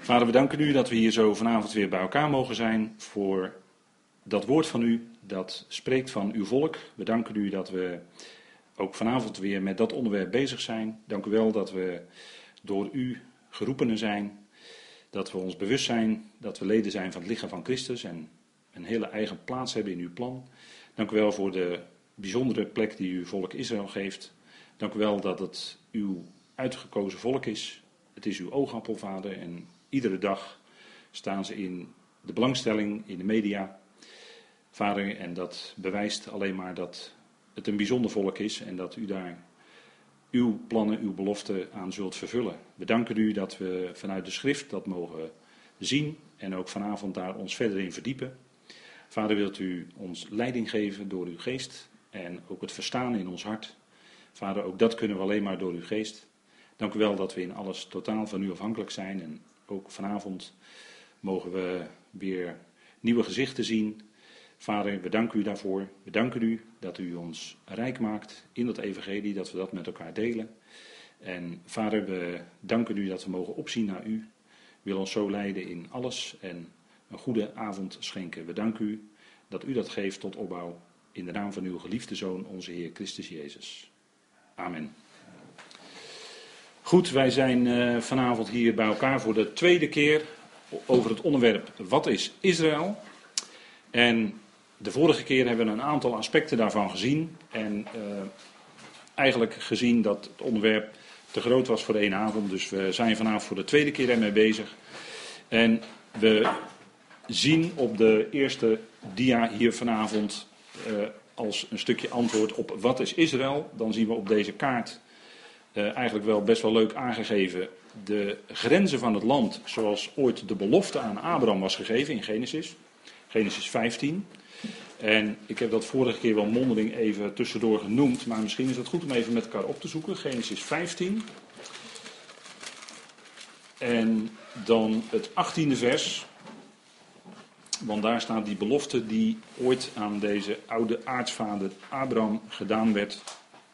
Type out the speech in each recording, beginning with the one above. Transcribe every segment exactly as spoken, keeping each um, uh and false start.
Vader, we danken u dat we hier zo vanavond weer bij elkaar mogen zijn voor dat woord van u dat spreekt van uw volk. We danken u dat we ook vanavond weer met dat onderwerp bezig zijn. Dank u wel dat we door u geroepenen zijn, dat we ons bewust zijn dat we leden zijn van het lichaam van Christus en een hele eigen plaats hebben in uw plan. Dank u wel voor de bijzondere plek die uw volk Israël geeft. Dank u wel dat het uw uitgekozen volk is. Het is uw oogappel, Vader, en iedere dag staan ze in de belangstelling in de media, Vader, en dat bewijst alleen maar dat het een bijzonder volk is en dat u daar uw plannen, uw beloften aan zult vervullen. We danken u dat we vanuit de schrift dat mogen zien en ook vanavond daar ons verder in verdiepen. Vader, wilt u ons leiding geven door uw geest en ook het verstaan in ons hart. Vader, ook dat kunnen we alleen maar door uw geest. Dank u wel dat we in alles totaal van u afhankelijk zijn en ook vanavond mogen we weer nieuwe gezichten zien. Vader, we danken u daarvoor. We danken u dat u ons rijk maakt in dat evangelie, dat we dat met elkaar delen. En Vader, we danken u dat we mogen opzien naar u. Wil ons zo leiden in alles en een goede avond schenken. We danken u dat u dat geeft tot opbouw in de naam van uw geliefde Zoon, onze Heer Christus Jezus. Amen. Goed, wij zijn uh, vanavond hier bij elkaar voor de tweede keer over het onderwerp wat is Israël? En de vorige keer hebben we een aantal aspecten daarvan gezien en uh, eigenlijk gezien dat het onderwerp te groot was voor één avond. Dus we zijn vanavond voor de tweede keer ermee bezig. En we zien op de eerste dia hier vanavond uh, als een stukje antwoord op wat is Israël. Dan zien we op deze kaart uh, eigenlijk wel best wel leuk aangegeven de grenzen van het land zoals ooit de belofte aan Abraham was gegeven in Genesis. Genesis vijftien. En ik heb dat vorige keer wel mondeling even tussendoor genoemd, maar misschien is het goed om even met elkaar op te zoeken. Genesis vijftien. En dan het achttiende vers. Want daar staat die belofte die ooit aan deze oude aartsvader Abraham gedaan werd.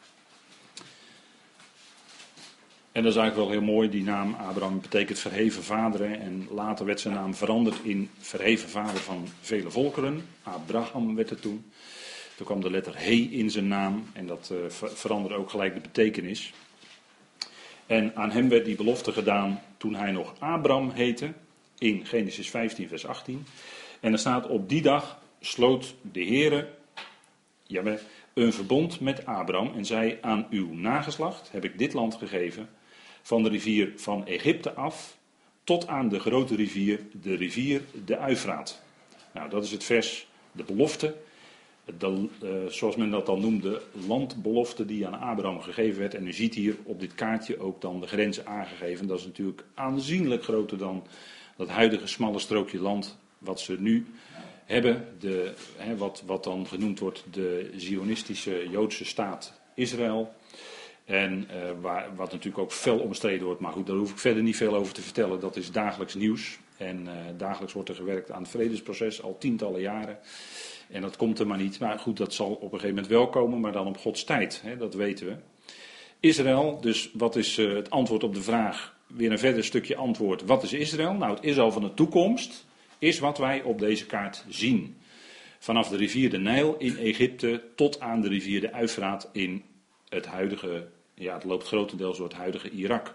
En dat is eigenlijk wel heel mooi, die naam Abraham betekent verheven vader. En later werd zijn naam veranderd in verheven vader van vele volkeren. Abraham werd het toen. Toen kwam de letter He in zijn naam en dat uh, veranderde ook gelijk de betekenis. En aan hem werd die belofte gedaan toen hij nog Abraham heette, in Genesis vijftien vers achttien. En er staat: op die dag sloot de Heere, jawel, een verbond met Abraham en zei: aan uw nageslacht heb ik dit land gegeven, van de rivier van Egypte af tot aan de grote rivier, de rivier de Uifraat. Nou, dat is het vers, de belofte, de, uh, zoals men dat dan noemde, landbelofte die aan Abraham gegeven werd. En u ziet hier op dit kaartje ook dan de grenzen aangegeven. Dat is natuurlijk aanzienlijk groter dan dat huidige smalle strookje land wat ze nu hebben. De, hè, wat, wat dan genoemd wordt de Zionistische Joodse staat Israël. En uh, waar, wat natuurlijk ook fel omstreden wordt, maar goed, daar hoef ik verder niet veel over te vertellen. Dat is dagelijks nieuws. En uh, dagelijks wordt er gewerkt aan het vredesproces, al tientallen jaren. En dat komt er maar niet. Maar goed, dat zal op een gegeven moment wel komen, maar dan op Gods tijd. Hè, dat weten we. Israël, dus wat is uh, het antwoord op de vraag? Weer een verder stukje antwoord. Wat is Israël? Nou, het Israël van de toekomst is wat wij op deze kaart zien. Vanaf de rivier de Nijl in Egypte tot aan de rivier de Uifraat in het huidige, ja, het loopt grotendeels door het huidige Irak.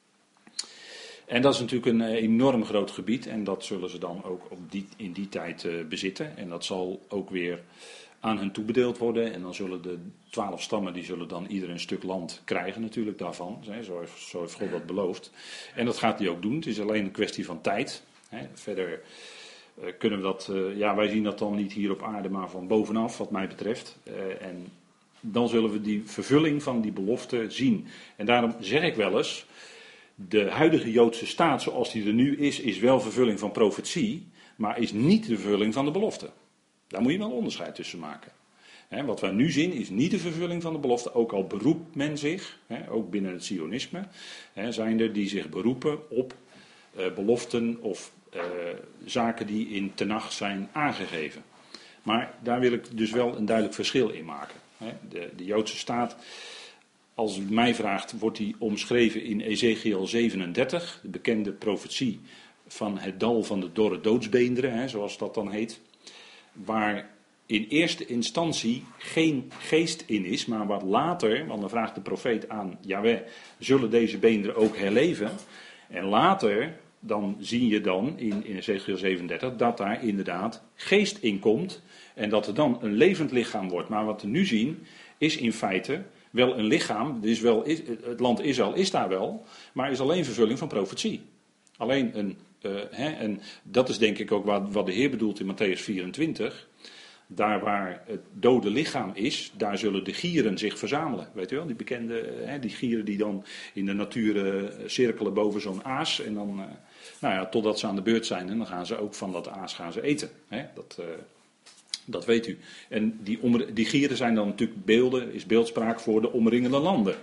En dat is natuurlijk een enorm groot gebied en dat zullen ze dan ook op die, in die tijd uh, bezitten. En dat zal ook weer aan hen toebedeeld worden. En dan zullen de twaalf stammen, die zullen dan ieder een stuk land krijgen natuurlijk daarvan. Zo heeft, zo heeft God dat beloofd. En dat gaat hij ook doen. Het is alleen een kwestie van tijd. Hè. Verder uh, kunnen we dat, uh, ja, wij zien dat dan niet hier op aarde, maar van bovenaf wat mij betreft. Uh, en dan zullen we die vervulling van die belofte zien. En daarom zeg ik wel eens, de huidige Joodse staat zoals die er nu is, is wel vervulling van profetie, maar is niet de vervulling van de belofte. Daar moet je wel onderscheid tussen maken. He, wat wij nu zien is niet de vervulling van de belofte, ook al beroept men zich, he, ook binnen het Zionisme, he, zijn er die zich beroepen op uh, beloften of uh, zaken die in Tenach zijn aangegeven. Maar daar wil ik dus wel een duidelijk verschil in maken. He, de, de Joodse staat, als u mij vraagt, wordt die omschreven in Ezekiel zevenendertig, de bekende profetie van het dal van de dorre doodsbeenderen, hè, zoals dat dan heet. Waar in eerste instantie geen geest in is, maar wat later, want dan vraagt de profeet aan Jahweh, zullen deze beenderen ook herleven? En later, dan zie je dan in, in Ezechiel zevenendertig, dat daar inderdaad geest in komt. En dat er dan een levend lichaam wordt. Maar wat we nu zien, is in feite wel een lichaam. Dus wel, het land Israël is daar wel, maar is alleen vervulling van profetie. Alleen een, uh, hè, en dat is denk ik ook wat, wat de Heer bedoelt in Matthäus vierentwintig. Daar waar het dode lichaam is, daar zullen de gieren zich verzamelen. Weet u wel, die bekende, hè, die gieren die dan in de natuur uh, cirkelen boven zo'n aas. En dan, uh, nou ja, totdat ze aan de beurt zijn. En dan gaan ze ook van dat aas gaan ze eten. Hè, dat, uh, dat weet u. En die, om, die gieren zijn dan natuurlijk beelden, is beeldspraak voor de omringende landen.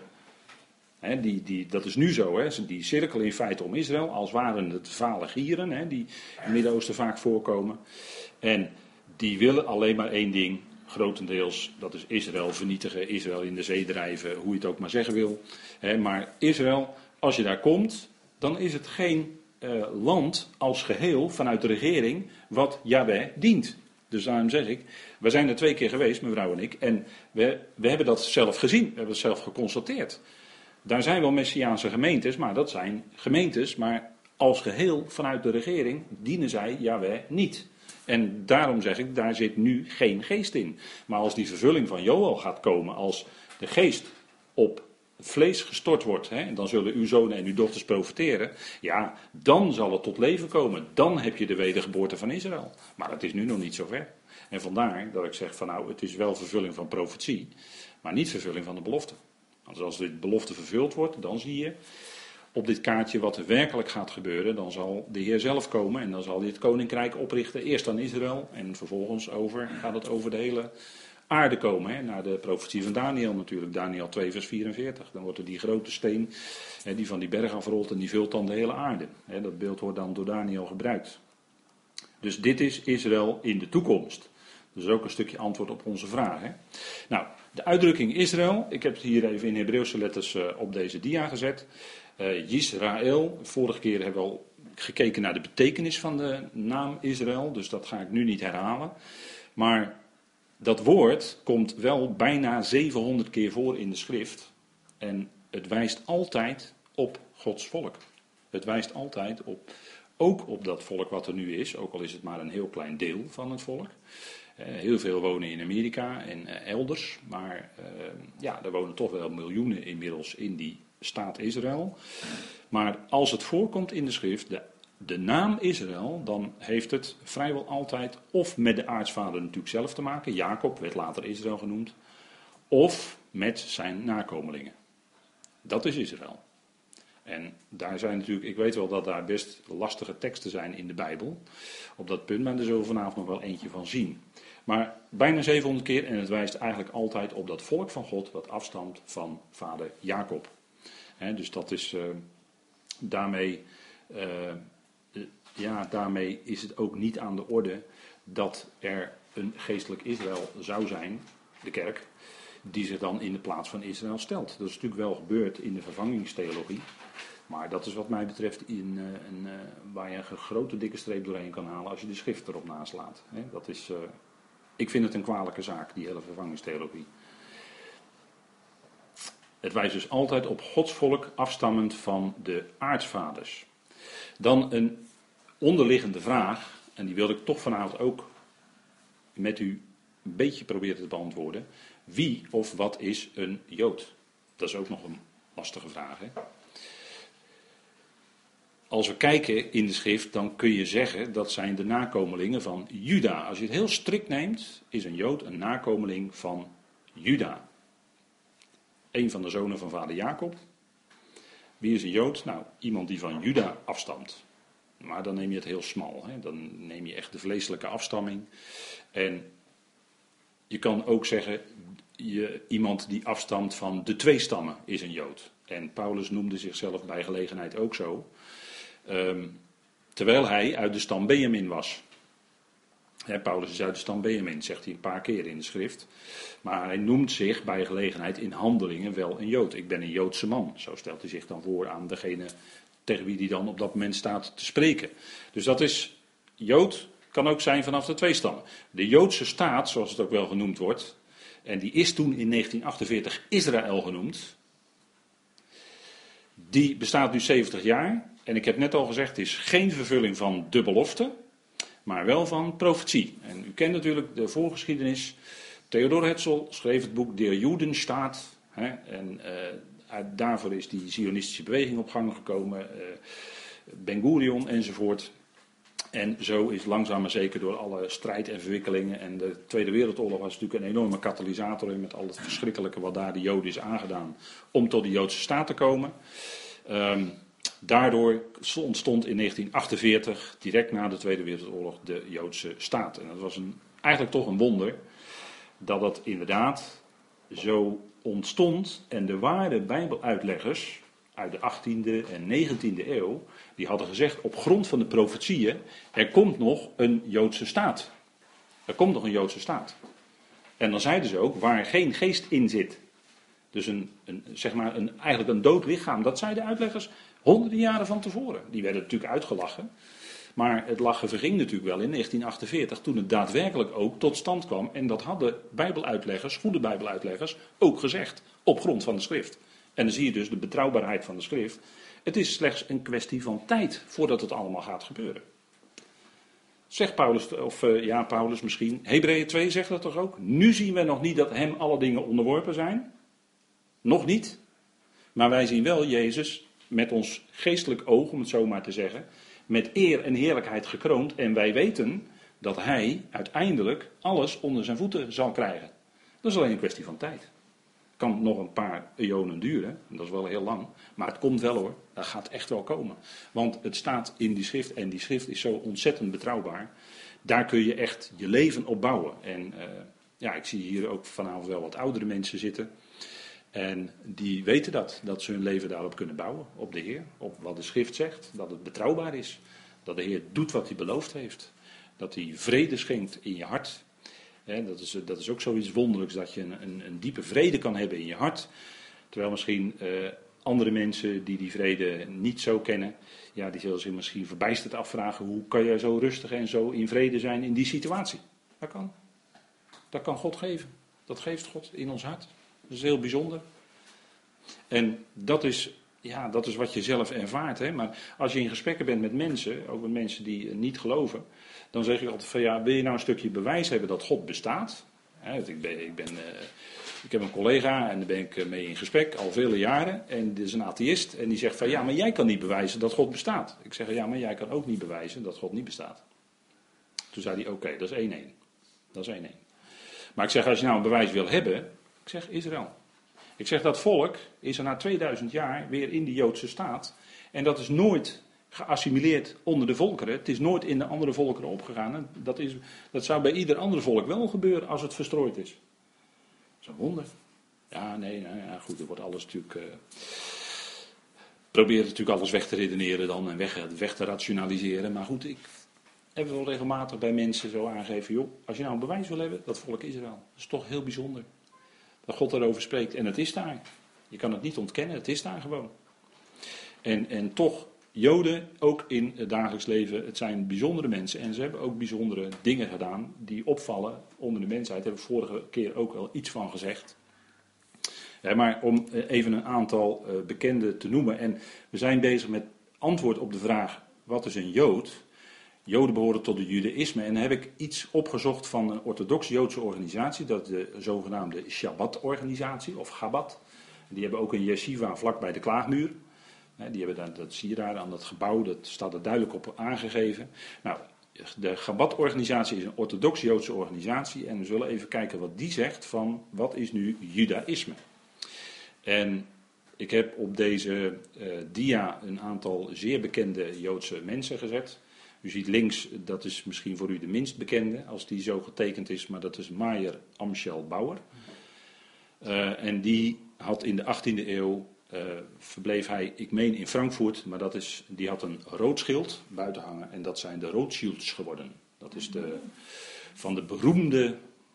Hè, die, die, dat is nu zo, hè. Die cirkelen in feite om Israël, als waren het vale gieren, hè, die in het Midden-Oosten vaak voorkomen. En die willen alleen maar één ding, grotendeels, dat is Israël vernietigen, Israël in de zee drijven, hoe je het ook maar zeggen wil. Hè, maar Israël, als je daar komt, dan is het geen uh, land als geheel vanuit de regering wat Jahweh dient. Dus daarom zeg ik, we zijn er twee keer geweest, mevrouw en ik, en we, we hebben dat zelf gezien, we hebben het zelf geconstateerd. Daar zijn wel Messiaanse gemeentes, maar dat zijn gemeentes, maar als geheel vanuit de regering dienen zij Jahweh niet. En daarom zeg ik, daar zit nu geen geest in. Maar als die vervulling van Joël gaat komen, als de geest op vlees gestort wordt, hè, en dan zullen uw zonen en uw dochters profiteren, ja, dan zal het tot leven komen. Dan heb je de wedergeboorte van Israël. Maar het is nu nog niet zover. En vandaar dat ik zeg van nou, het is wel vervulling van profetie, maar niet vervulling van de belofte. Want als de belofte vervuld wordt, dan zie je op dit kaartje wat er werkelijk gaat gebeuren. Dan zal de Heer zelf komen en dan zal hij het koninkrijk oprichten. Eerst aan Israël en vervolgens over, gaat het over de hele aarde komen. Hè, naar de profetie van Daniel natuurlijk. Daniel twee vers vierenveertig. Dan wordt er die grote steen hè, die van die berg afrolt en die vult dan de hele aarde. Hè, dat beeld wordt dan door Daniel gebruikt. Dus dit is Israël in de toekomst. Dus ook een stukje antwoord op onze vraag. Hè. Nou, de uitdrukking Israël. Ik heb het hier even in Hebreeuwse letters uh, op deze dia gezet. Uh, Yisrael. Vorige keer hebben we al gekeken naar de betekenis van de naam Israël. Dus dat ga ik nu niet herhalen. Maar dat woord komt wel bijna zevenhonderd keer voor in de schrift. En het wijst altijd op Gods volk. Het wijst altijd op, ook op dat volk wat er nu is. Ook al is het maar een heel klein deel van het volk. Uh, heel veel wonen in Amerika en uh, elders. Maar uh, ja, er wonen toch wel miljoenen inmiddels in die staat Israël. Maar als het voorkomt in de schrift, de, de naam Israël, dan heeft het vrijwel altijd of met de aartsvader natuurlijk zelf te maken. Jacob werd later Israël genoemd. Of met zijn nakomelingen. Dat is Israël. En daar zijn natuurlijk, ik weet wel dat daar best lastige teksten zijn in de Bijbel. Op dat punt, maar daar zullen we vanavond nog wel eentje van zien. Maar bijna zevenhonderd keer en het wijst eigenlijk altijd op dat volk van God wat afstamt van vader Jacob. He, dus dat is, uh, daarmee, uh, uh, ja, daarmee is het ook niet aan de orde dat er een geestelijk Israël zou zijn, de kerk, die zich dan in de plaats van Israël stelt. Dat is natuurlijk wel gebeurd in de vervangingstheologie. Maar dat is wat mij betreft in, uh, een, uh, waar je een grote dikke streep doorheen kan halen als je de schrift erop naslaat. He, dat is, uh, ik vind het een kwalijke zaak, die hele vervangingstheologie. Het wijst dus altijd op Gods volk afstammend van de aartsvaders. Dan een onderliggende vraag, en die wilde ik toch vanavond ook met u een beetje proberen te beantwoorden. Wie of wat is een Jood? Dat is ook nog een lastige vraag, hè? Als we kijken in de schrift, dan kun je zeggen dat zijn de nakomelingen van Juda. Als je het heel strikt neemt, is een Jood een nakomeling van Juda. Een van de zonen van vader Jacob. Wie is een Jood? Nou, iemand die van Juda afstamt. Maar dan neem je het heel smal. Hè? Dan neem je echt de vleeselijke afstamming. En je kan ook zeggen, je, iemand die afstamt van de twee stammen is een Jood. En Paulus noemde zichzelf bij gelegenheid ook zo. Um, terwijl hij uit de stam Benjamin was. He, Paulus is uit de stam Benjamin, zegt hij een paar keer in de schrift. Maar hij noemt zich bij gelegenheid in handelingen wel een Jood. Ik ben een Joodse man. Zo stelt hij zich dan voor aan degene tegen wie hij dan op dat moment staat te spreken. Dus dat is, Jood kan ook zijn vanaf de twee stammen. De Joodse staat, zoals het ook wel genoemd wordt, en die is toen in negentien achtenveertig Israël genoemd. Die bestaat nu zeventig jaar. En ik heb net al gezegd, het is geen vervulling van de belofte, maar wel van profetie. En u kent natuurlijk de voorgeschiedenis. Theodor Herzl schreef het boek Der Judenstaat. Hè, en uh, daarvoor is die Zionistische beweging op gang gekomen. Uh, Ben Gurion enzovoort. En zo is langzaam maar zeker door alle strijd en verwikkelingen. En de Tweede Wereldoorlog was natuurlijk een enorme katalysator. Met al het verschrikkelijke wat daar de Joden is aangedaan. Om tot de Joodse staat te komen. Um, Daardoor ontstond in negentien achtenveertig, direct na de Tweede Wereldoorlog, de Joodse staat. En dat was een, eigenlijk toch een wonder dat dat inderdaad zo ontstond. En de ware Bijbeluitleggers uit de achttiende en negentiende eeuw, die hadden gezegd op grond van de profetieën, er komt nog een Joodse staat. Er komt nog een Joodse staat. En dan zeiden ze ook, waar geen geest in zit. Dus een, een, zeg maar een, eigenlijk een dood lichaam, dat zeiden de uitleggers honderden jaren van tevoren. Die werden natuurlijk uitgelachen. Maar het lachen verging natuurlijk wel in negentien achtenveertig, toen het daadwerkelijk ook tot stand kwam. En dat hadden bijbeluitleggers, goede bijbeluitleggers, ook gezegd. Op grond van de schrift. En dan zie je dus de betrouwbaarheid van de schrift. Het is slechts een kwestie van tijd voordat het allemaal gaat gebeuren. Zegt Paulus, of uh, ja, Paulus misschien. Hebreeën twee zegt dat toch ook? Nu zien we nog niet dat hem alle dingen onderworpen zijn. Nog niet. Maar wij zien wel Jezus met ons geestelijk oog, om het zo maar te zeggen, met eer en heerlijkheid gekroond. En wij weten dat hij uiteindelijk alles onder zijn voeten zal krijgen. Dat is alleen een kwestie van tijd. Het kan nog een paar eonen duren, dat is wel heel lang. Maar het komt wel hoor, dat gaat echt wel komen. Want het staat in die schrift en die schrift is zo ontzettend betrouwbaar. Daar kun je echt je leven op bouwen. En uh, ja, ik zie hier ook vanavond wel wat oudere mensen zitten. En die weten dat, dat ze hun leven daarop kunnen bouwen, op de Heer, op wat de schrift zegt, dat het betrouwbaar is. Dat de Heer doet wat hij beloofd heeft. Dat hij vrede schenkt in je hart. He, dat, is, dat is ook zoiets wonderlijks, dat je een, een, een diepe vrede kan hebben in je hart. Terwijl misschien uh, andere mensen die die vrede niet zo kennen, ja, die zullen zich misschien verbijsterd afvragen, hoe kan jij zo rustig en zo in vrede zijn in die situatie? Dat kan. Dat kan God geven. Dat geeft God in ons hart. Dat is heel bijzonder. En dat is, ja, dat is wat je zelf ervaart. Hè? Maar als je in gesprekken bent met mensen, ook met mensen die niet geloven, dan zeg je altijd van ja, wil je nou een stukje bewijs hebben dat God bestaat? Hè, ik, ben, ik, ben, uh, ik heb een collega en daar ben ik mee in gesprek al vele jaren. En dit is een atheïst en die zegt van ja, maar jij kan niet bewijzen dat God bestaat. Ik zeg ja, maar jij kan ook niet bewijzen dat God niet bestaat. Toen zei hij oké, okay, dat is één één. Dat is één één. Maar ik zeg als je nou een bewijs wil hebben, ik zeg Israël. Ik zeg dat volk is er na tweeduizend jaar weer in de Joodse staat. En dat is nooit geassimileerd onder de volkeren. Het is nooit in de andere volkeren opgegaan. Dat, is, dat zou bij ieder ander volk wel gebeuren als het verstrooid is. Dat is een wonder. Ja, nee, nou ja, goed, er wordt alles natuurlijk... Uh, probeert natuurlijk alles weg te redeneren dan en weg, weg te rationaliseren. Maar goed, ik heb wel regelmatig bij mensen zo aangegeven, joh, als je nou een bewijs wil hebben, dat volk Israël. Dat is toch heel bijzonder. Dat God daarover spreekt. En het is daar. Je kan het niet ontkennen, het is daar gewoon. En, en toch, Joden, ook in het dagelijks leven, het zijn bijzondere mensen. En ze hebben ook bijzondere dingen gedaan die opvallen onder de mensheid. Daar heb ik vorige keer ook al iets van gezegd. Ja, maar om even een aantal uh, bekenden te noemen. En we zijn bezig met antwoord op de vraag, wat is een Jood? Joden behoren tot het judaïsme. En dan heb ik iets opgezocht van een orthodox-Joodse organisatie. Dat is de zogenaamde Shabbat-organisatie, of Chabad. Die hebben ook een yeshiva vlak bij de Klaagmuur. Die hebben dat, dat zie je daar aan dat gebouw, dat staat er duidelijk op aangegeven. Nou, de Chabad-organisatie is een orthodox-Joodse organisatie. En we zullen even kijken wat die zegt van wat is nu judaïsme. En ik heb op deze uh, dia een aantal zeer bekende Joodse mensen gezet. U ziet links, dat is misschien voor u de minst bekende, als die zo getekend is, maar dat is Mayer Amschel Bauer. Uh, en die had in de achttiende eeuw, uh, verbleef hij, ik meen in Frankfurt, maar dat is, die had een rood schild buiten hangen en dat zijn de Rothschilds geworden. Dat is de, van de beroemde,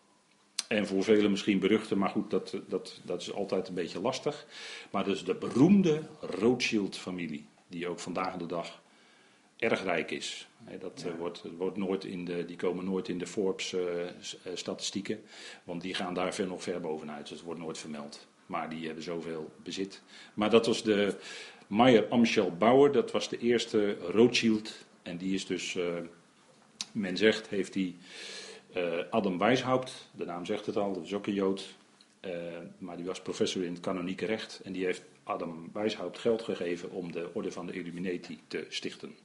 en voor velen misschien beruchte, maar goed, dat, dat, dat is altijd een beetje lastig. Maar dus de beroemde Rothschild-familie, die ook vandaag de dag erg rijk is. Dat ja. uh, wordt, wordt nooit in de, die komen nooit in de Forbes-statistieken, uh, want die gaan daar ver, nog ver bovenuit. Dus het wordt nooit vermeld. Maar die hebben zoveel bezit. Maar dat was de Meyer Amschel Bauer, dat was de eerste Rothschild. En die is dus, uh, men zegt, heeft die uh, Adam Weishaupt, de naam zegt het al, dat is ook een Jood. Uh, maar die was professor in het kanonieke recht. En die heeft Adam Weishaupt geld gegeven om de Orde van de Illuminati te stichten.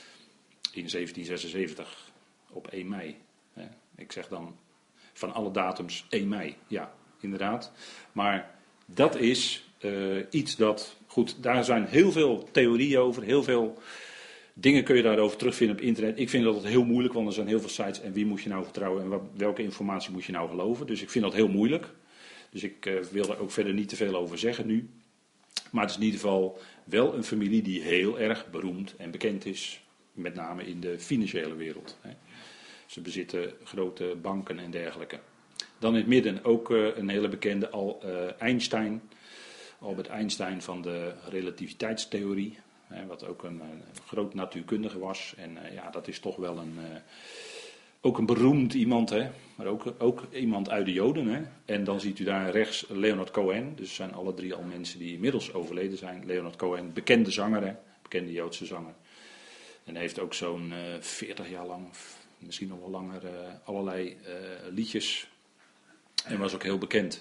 In zeventien zesenzeventig, op één mei. Ik zeg dan van alle datums één mei, ja, inderdaad. Maar dat is uh, iets dat, goed, daar zijn heel veel theorieën over, heel veel dingen kun je daarover terugvinden op internet. Ik vind dat heel moeilijk, want er zijn heel veel sites en wie moet je nou vertrouwen en wat, welke informatie moet je nou geloven. Dus ik vind dat heel moeilijk. Dus ik uh, wil er ook verder niet te veel over zeggen nu. Maar het is in ieder geval wel een familie die heel erg beroemd en bekend is. Met name in de financiële wereld. Hè. Ze bezitten grote banken en dergelijke. Dan in het midden ook uh, een hele bekende Al, uh, Einstein. Albert Einstein van de relativiteitstheorie. Hè, wat ook een, een groot natuurkundige was. En uh, ja, dat is toch wel een, uh, ook een beroemd iemand. Hè. Maar ook, ook iemand uit de Joden. Hè. En dan ziet u daar rechts Leonard Cohen. Dus het zijn alle drie al mensen die inmiddels overleden zijn. Leonard Cohen, bekende zanger. Hè. Bekende Joodse zanger. En hij heeft ook zo'n uh, veertig jaar lang, misschien nog wel langer, uh, allerlei uh, liedjes. En was ook heel bekend.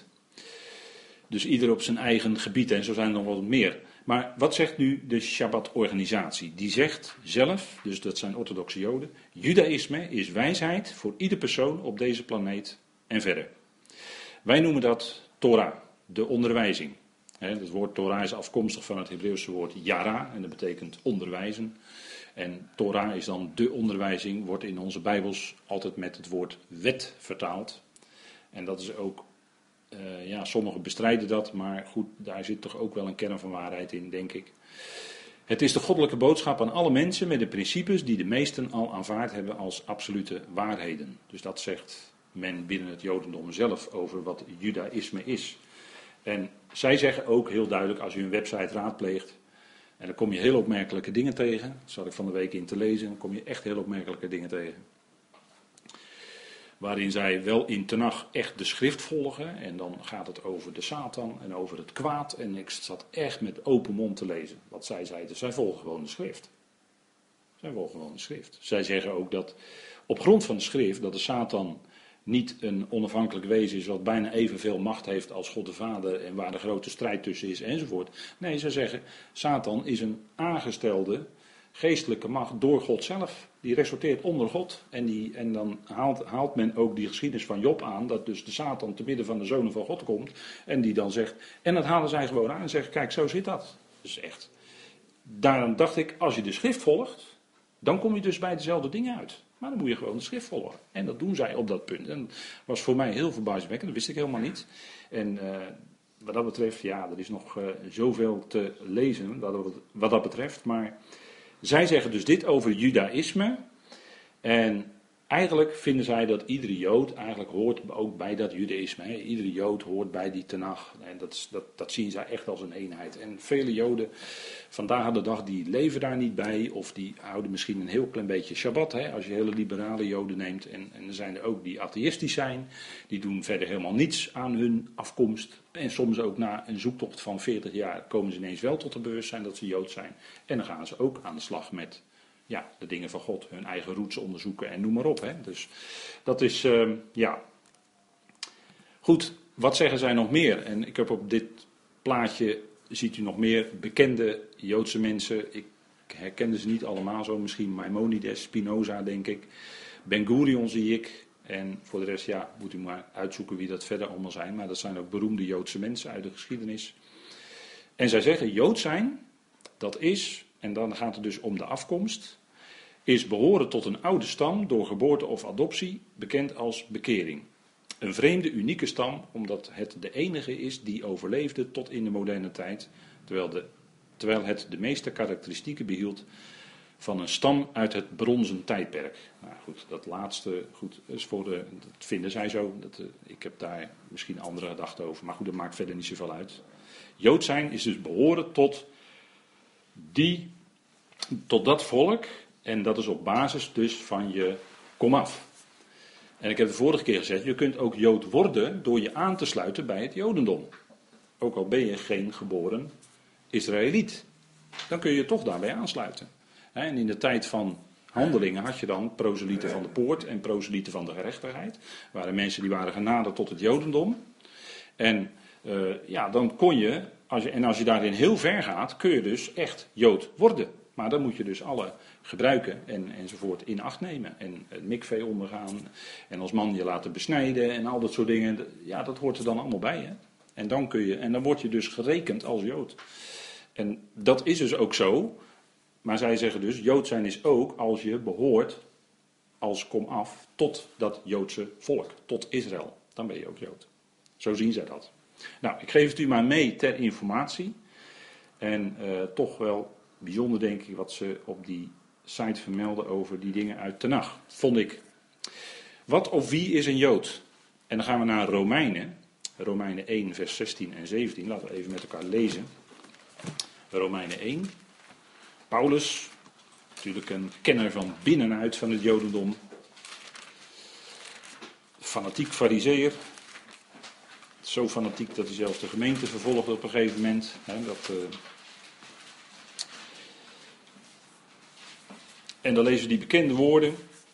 Dus ieder op zijn eigen gebied. En zo zijn er nog wel wat meer. Maar wat zegt nu de Shabbat-organisatie? Die zegt zelf, dus dat zijn orthodoxe Joden, Judaïsme is wijsheid voor ieder persoon op deze planeet en verder. Wij noemen dat Torah, de onderwijzing. He, het woord Torah is afkomstig van het Hebreeuwse woord yara en dat betekent onderwijzen. En Torah is dan de onderwijzing, wordt in onze Bijbels altijd met het woord wet vertaald. En dat is ook, uh, ja, sommigen bestrijden dat, maar goed, daar zit toch ook wel een kern van waarheid in, denk ik. Het is de goddelijke boodschap aan alle mensen met de principes die de meesten al aanvaard hebben als absolute waarheden. Dus dat zegt men binnen het Jodendom zelf over wat Judaïsme is. En zij zeggen ook heel duidelijk, als u een website raadpleegt, en dan kom je heel opmerkelijke dingen tegen. Dat zat ik van de week in te lezen. Dan kom je echt heel opmerkelijke dingen tegen. Waarin zij wel in Tenach echt de schrift volgen. En dan gaat het over de Satan en over het kwaad. En ik zat echt met open mond te lezen wat zij zeiden. Zij volgen gewoon de schrift. Zij volgen gewoon de schrift. Zij zeggen ook dat op grond van de schrift dat de Satan niet een onafhankelijk wezen is wat bijna evenveel macht heeft als God de Vader en waar de grote strijd tussen is enzovoort. Nee, ze zeggen, Satan is een aangestelde geestelijke macht door God zelf. Die resorteert onder God en, die, en dan haalt, haalt men ook die geschiedenis van Job aan, dat dus de Satan te midden van de zonen van God komt en die dan zegt, en dat halen zij gewoon aan en zeggen, kijk, zo zit dat. Dus echt. Daarom dacht ik, als je de schrift volgt, dan kom je dus bij dezelfde dingen uit. Maar dan moet je gewoon de schrift volgen. En dat doen zij op dat punt. En dat was voor mij heel verbazingwekkend. Dat wist ik helemaal niet. En uh, wat dat betreft, ja, er is nog uh, zoveel te lezen dat, wat dat betreft. Maar zij zeggen dus dit over Judaïsme. En eigenlijk vinden zij dat iedere Jood eigenlijk hoort ook bij dat Judaïsme. Hè. Iedere Jood hoort bij die Tenach. En dat, dat, dat zien zij echt als een eenheid. En vele Joden vandaag de dag die leven daar niet bij. Of die houden misschien een heel klein beetje Shabbat. Hè, als je hele liberale Joden neemt. En, en er zijn er ook die atheïstisch zijn. Die doen verder helemaal niets aan hun afkomst. En soms ook na een zoektocht van veertig jaar komen ze ineens wel tot het bewustzijn dat ze Jood zijn. En dan gaan ze ook aan de slag met... Ja, de dingen van God, hun eigen roots onderzoeken en noem maar op. Hè. Dus dat is, uh, ja. Goed, wat zeggen zij nog meer? En ik heb op dit plaatje, ziet u nog meer bekende Joodse mensen. Ik herkende ze niet allemaal zo, misschien Maimonides, Spinoza denk ik. Ben Gurion zie ik. En voor de rest, ja, moet u maar uitzoeken wie dat verder allemaal zijn. Maar dat zijn ook beroemde Joodse mensen uit de geschiedenis. En zij zeggen, Jood zijn, dat is... En dan gaat het dus om de afkomst. Is behoren tot een oude stam door geboorte of adoptie, bekend als bekering. Een vreemde, unieke stam, omdat het de enige is die overleefde tot in de moderne tijd. Terwijl, de, terwijl het de meeste karakteristieken behield van een stam uit het bronzen tijdperk. Nou goed, dat laatste goed, is voor de, dat vinden zij zo. Dat, uh, ik heb daar misschien andere gedachten over, maar goed, dat maakt verder niet zoveel uit. Jood zijn is dus behoren tot, die, tot dat volk, en dat is op basis dus van je komaf. En ik heb de vorige keer gezegd, je kunt ook Jood worden door je aan te sluiten bij het Jodendom. Ook al ben je geen geboren Israëliet. Dan kun je je toch daarbij aansluiten. En in de tijd van Handelingen had je dan proselieten van de poort en proselieten van de gerechtigheid. Dat waren mensen die waren genaderd tot het Jodendom. En uh, ja, dan kon je, als je, en als je daarin heel ver gaat, kun je dus echt Jood worden. Maar dan moet je dus alle gebruiken en, enzovoort in acht nemen. En het mikvee ondergaan. En als man je laten besnijden en al dat soort dingen. Ja, dat hoort er dan allemaal bij. Hè? En dan kun je, en dan word je dus gerekend als Jood. En dat is dus ook zo. Maar zij zeggen dus, Jood zijn is ook als je behoort als komaf tot dat Joodse volk. Tot Israël. Dan ben je ook Jood. Zo zien zij dat. Nou, ik geef het u maar mee ter informatie. En uh, toch wel bijzonder denk ik wat ze op die site vermelden over die dingen uit Tenach. Vond ik. Wat of wie is een Jood? En dan gaan we naar Romeinen. Romeinen één vers zestien en zeventien. Laten we even met elkaar lezen. Romeinen één. Paulus, natuurlijk een kenner van binnenuit van het Jodendom. Fanatiek farizeeër. Zo fanatiek dat hij zelfs de gemeente vervolgde op een gegeven moment. He, dat, uh... En dan lezen we die bekende woorden.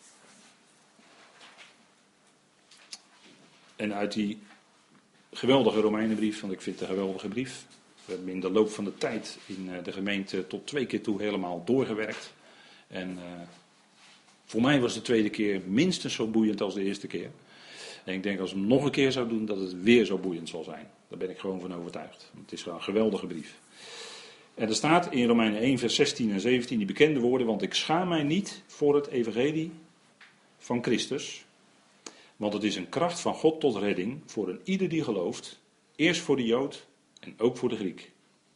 En uit die geweldige Romeinenbrief, want ik vind het een geweldige brief. We hebben in de loop van de tijd in de gemeente tot twee keer toe helemaal doorgewerkt. En uh, voor mij was de tweede keer minstens zo boeiend als de eerste keer. En ik denk als we hem nog een keer zou doen, dat het weer zo boeiend zal zijn. Daar ben ik gewoon van overtuigd. Het is gewoon een geweldige brief. En er staat in Romeinen één vers zestien en zeventien die bekende woorden. Want ik schaam mij niet voor het evangelie van Christus. Want het is een kracht van God tot redding voor een ieder die gelooft. Eerst voor de Jood en ook voor de Griek.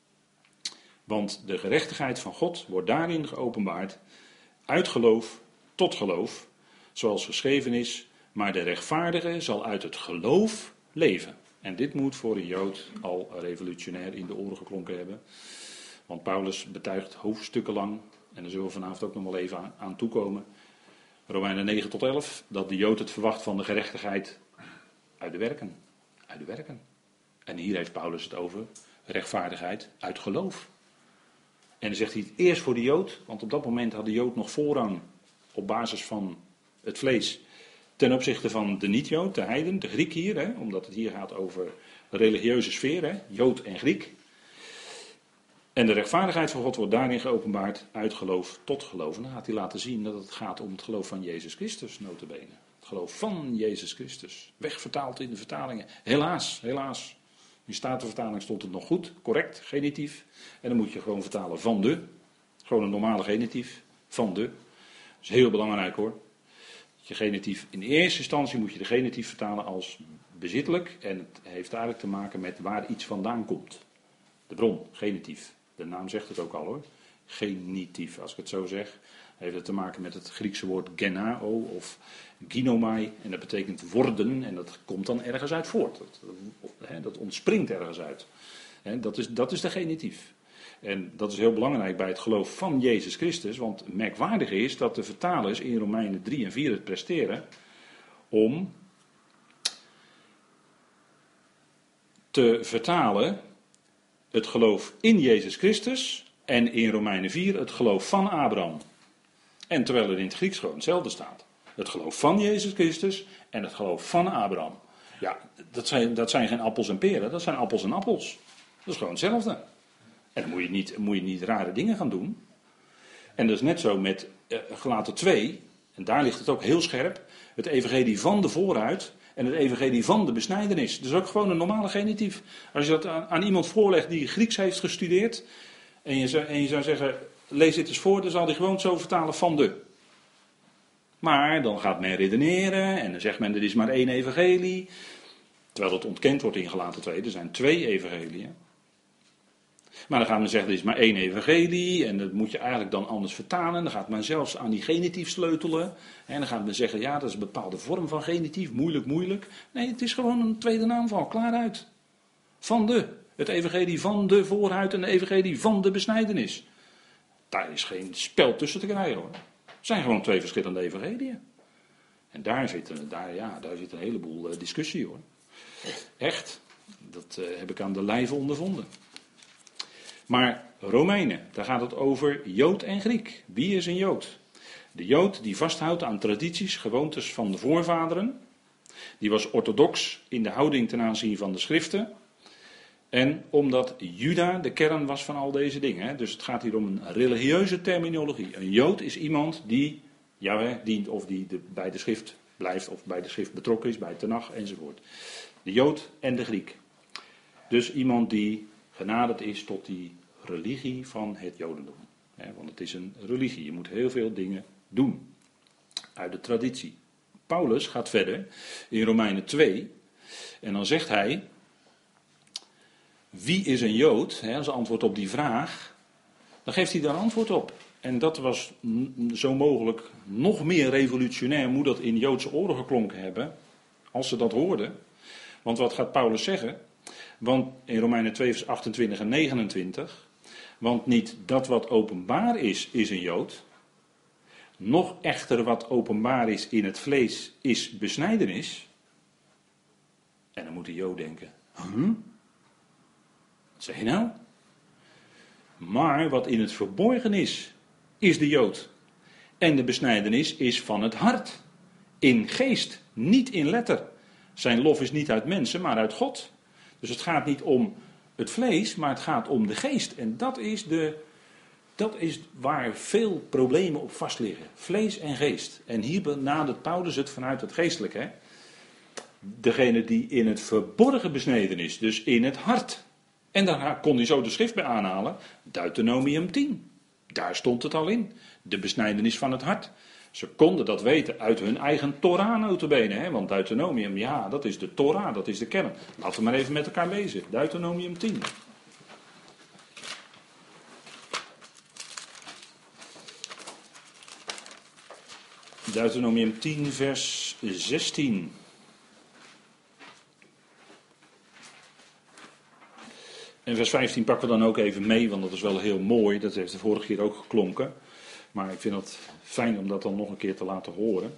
Want de gerechtigheid van God wordt daarin geopenbaard. Uit geloof tot geloof. Zoals geschreven is. Maar de rechtvaardige zal uit het geloof leven. En dit moet voor een Jood al revolutionair in de oren geklonken hebben. Want Paulus betuigt hoofdstukken lang, en daar zullen we vanavond ook nog wel even aan, aan toekomen. Romeinen negen tot elf, dat de Jood het verwacht van de gerechtigheid uit de werken. Uit de werken. En hier heeft Paulus het over rechtvaardigheid uit geloof. En dan zegt hij het eerst voor de Jood, want op dat moment had de Jood nog voorrang op basis van het vlees. Ten opzichte van de niet-Jood, de heiden, de Griek hier, hè, omdat het hier gaat over de religieuze sfeer, hè, Jood en Griek. En de rechtvaardigheid van God wordt daarin geopenbaard uit geloof tot geloof. En dan gaat hij laten zien dat het gaat om het geloof van Jezus Christus, nota bene. Het geloof van Jezus Christus. Wegvertaald in de vertalingen. Helaas, helaas. In Statenvertaling stond het nog goed, correct, genitief. En dan moet je gewoon vertalen van de. Gewoon een normale genitief, van de. Dat is heel belangrijk hoor. Je genitief, in eerste instantie moet je de genitief vertalen als bezittelijk. En het heeft eigenlijk te maken met waar iets vandaan komt. De bron, genitief. De naam zegt het ook al hoor. Genitief, als ik het zo zeg. Heeft het te maken met het Griekse woord genao of ginomai. En dat betekent worden. En dat komt dan ergens uit voort. Dat, dat, dat ontspringt ergens uit. En dat, is, dat is de genitief. En dat is heel belangrijk bij het geloof van Jezus Christus. Want merkwaardig is dat de vertalers in Romeinen drie en vier het presteren om te vertalen het geloof in Jezus Christus en in Romeinen vier het geloof van Abraham. En terwijl er in het Grieks gewoon hetzelfde staat. Het geloof van Jezus Christus en het geloof van Abraham. Ja, dat zijn, dat zijn geen appels en peren, dat zijn appels en appels. Dat is gewoon hetzelfde. En dan moet je niet, moet je niet rare dingen gaan doen. En dat is net zo met uh, Galaten twee, en daar ligt het ook heel scherp. Het evangelie van de vooruit en het evangelie van de besnijdenis. Dat is ook gewoon een normale genitief. Als je dat aan, aan iemand voorlegt die Grieks heeft gestudeerd, en je, zou, en je zou zeggen, lees dit eens voor, dan zal hij gewoon zo vertalen van de. Maar dan gaat men redeneren en dan zegt men er is maar één evangelie. Terwijl dat ontkend wordt in Galaten twee, er zijn twee evangeliën. Maar dan gaat men zeggen, er is maar één evangelie en dat moet je eigenlijk dan anders vertalen. Dan gaat men zelfs aan die genitief sleutelen. En dan gaat men zeggen, ja, dat is een bepaalde vorm van genitief, moeilijk, moeilijk. Nee, het is gewoon een tweede naamval, klaar uit. Van de, het evangelie van de voorhuid en de evangelie van de besnijdenis. Daar is geen spel tussen te krijgen hoor. Het zijn gewoon twee verschillende evangeliën. En daar zit een, daar, ja, daar zit een heleboel uh, discussie hoor. Echt, dat uh, heb ik aan de lijve ondervonden. Maar Romeinen, daar gaat het over Jood en Griek. Wie is een Jood? De Jood die vasthoudt aan tradities, gewoontes van de voorvaderen. Die was orthodox in de houding ten aanzien van de schriften. En omdat Juda de kern was van al deze dingen. Hè? Dus het gaat hier om een religieuze terminologie. Een Jood is iemand die Jahweh dient of die de, bij de schrift blijft of bij de schrift betrokken is, bij Tenach enzovoort. De Jood en de Griek. Dus iemand die genaderd is tot die religie van het Jodendom. Hè? Want het is een religie. Je moet heel veel dingen doen. Uit de traditie. Paulus gaat verder in Romeinen twee. En dan zegt hij... Wie is een Jood? Hè, als antwoord op die vraag. Dan geeft hij daar antwoord op. En dat was zo mogelijk nog meer revolutionair. Moet dat in Joodse oren geklonken hebben. Als ze dat hoorden. Want wat gaat Paulus zeggen? Want in Romeinen twee vers achtentwintig en negenentwintig. Want niet dat wat openbaar is, is een Jood. Nog echter wat openbaar is in het vlees, is besnijdenis. En dan moet de Jood denken. Huh? Wat zeg je nou? Maar wat in het verborgen is, is de Jood. En de besnijdenis is van het hart. In geest, niet in letter. Zijn lof is niet uit mensen, maar uit God. Dus het gaat niet om het vlees, maar het gaat om de geest. En dat is, de, dat is waar veel problemen op vast liggen. Vlees en geest. En hier benadert Paulus het vanuit het geestelijke. Hè? Degene die in het verborgen besneden is, dus in het hart. En daar kon hij zo de schrift bij aanhalen. Deuteronomium tien. Daar stond het al in. De besnijdenis van het hart. Ze konden dat weten uit hun eigen Torah notabene. Hè? Want Deuteronomium, ja, dat is de Torah, dat is de kern. Laten we maar even met elkaar lezen. Deuteronomium tien. Deuteronomium tien vers zestien. En vers vijftien pakken we dan ook even mee, want dat is wel heel mooi. Dat heeft de vorige keer ook geklonken. Maar ik vind het fijn om dat dan nog een keer te laten horen.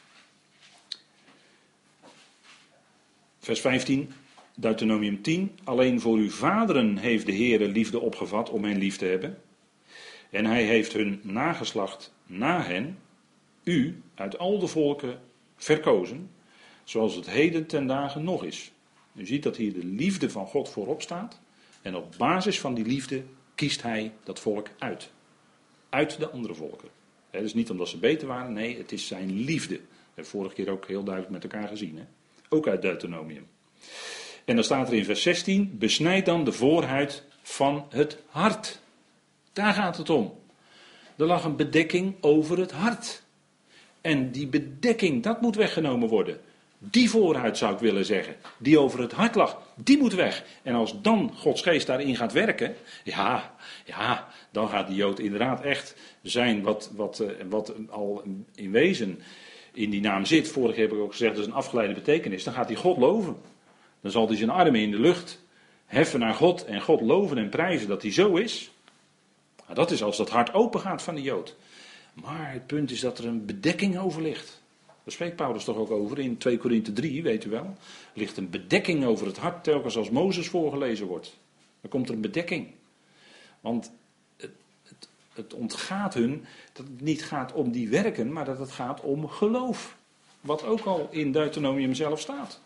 Vers vijftien, Deuteronomium tien. Alleen voor uw vaderen heeft de Heere liefde opgevat om hen lief te hebben. En hij heeft hun nageslacht na hen, u, uit al de volken verkozen, zoals het heden ten dagen nog is. U ziet dat hier de liefde van God voorop staat. En op basis van die liefde kiest hij dat volk uit. Uit de andere volken. He, dus niet omdat ze beter waren, nee, het is zijn liefde. Dat hebben we vorige keer ook heel duidelijk met elkaar gezien. Hè? Ook uit Deuteronomium. En dan staat er in vers zestien, besnijd dan de voorhuid van het hart. Daar gaat het om. Er lag een bedekking over het hart. En die bedekking, dat moet weggenomen worden. Die voorhuid zou ik willen zeggen, die over het hart lag, die moet weg. En als dan Gods geest daarin gaat werken, ja, ja, dan gaat die Jood inderdaad echt zijn wat, wat, wat al in wezen in die naam zit. Vorige keer heb ik ook gezegd, dat is een afgeleide betekenis. Dan gaat hij God loven. Dan zal hij zijn armen in de lucht heffen naar God en God loven en prijzen dat hij zo is. Nou, dat is als dat hart open gaat van de Jood. Maar het punt is dat er een bedekking over ligt. Daar spreekt Paulus toch ook over in twee Korinthe drie, weet u wel. Er ligt een bedekking over het hart telkens als Mozes voorgelezen wordt. Dan komt er een bedekking. Want het, het, het ontgaat hun dat het niet gaat om die werken, maar dat het gaat om geloof. Wat ook al in Deuteronomium zelf staat.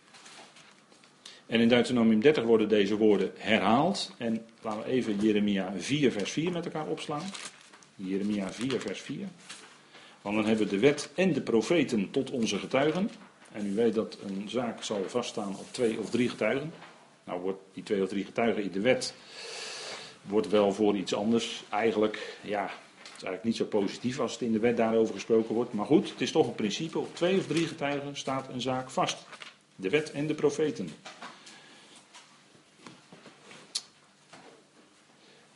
En in Deuteronomium dertig worden deze woorden herhaald. En laten we even Jeremia vier vers vier met elkaar opslaan. Jeremia vier vers vier. Want dan hebben we de wet en de profeten tot onze getuigen. En u weet dat een zaak zal vaststaan op twee of drie getuigen. Nou wordt die twee of drie getuigen in de wet wordt wel voor iets anders. Eigenlijk, ja, het is eigenlijk niet zo positief als het in de wet daarover gesproken wordt. Maar goed, het is toch een principe. Op twee of drie getuigen staat een zaak vast. De wet en de profeten.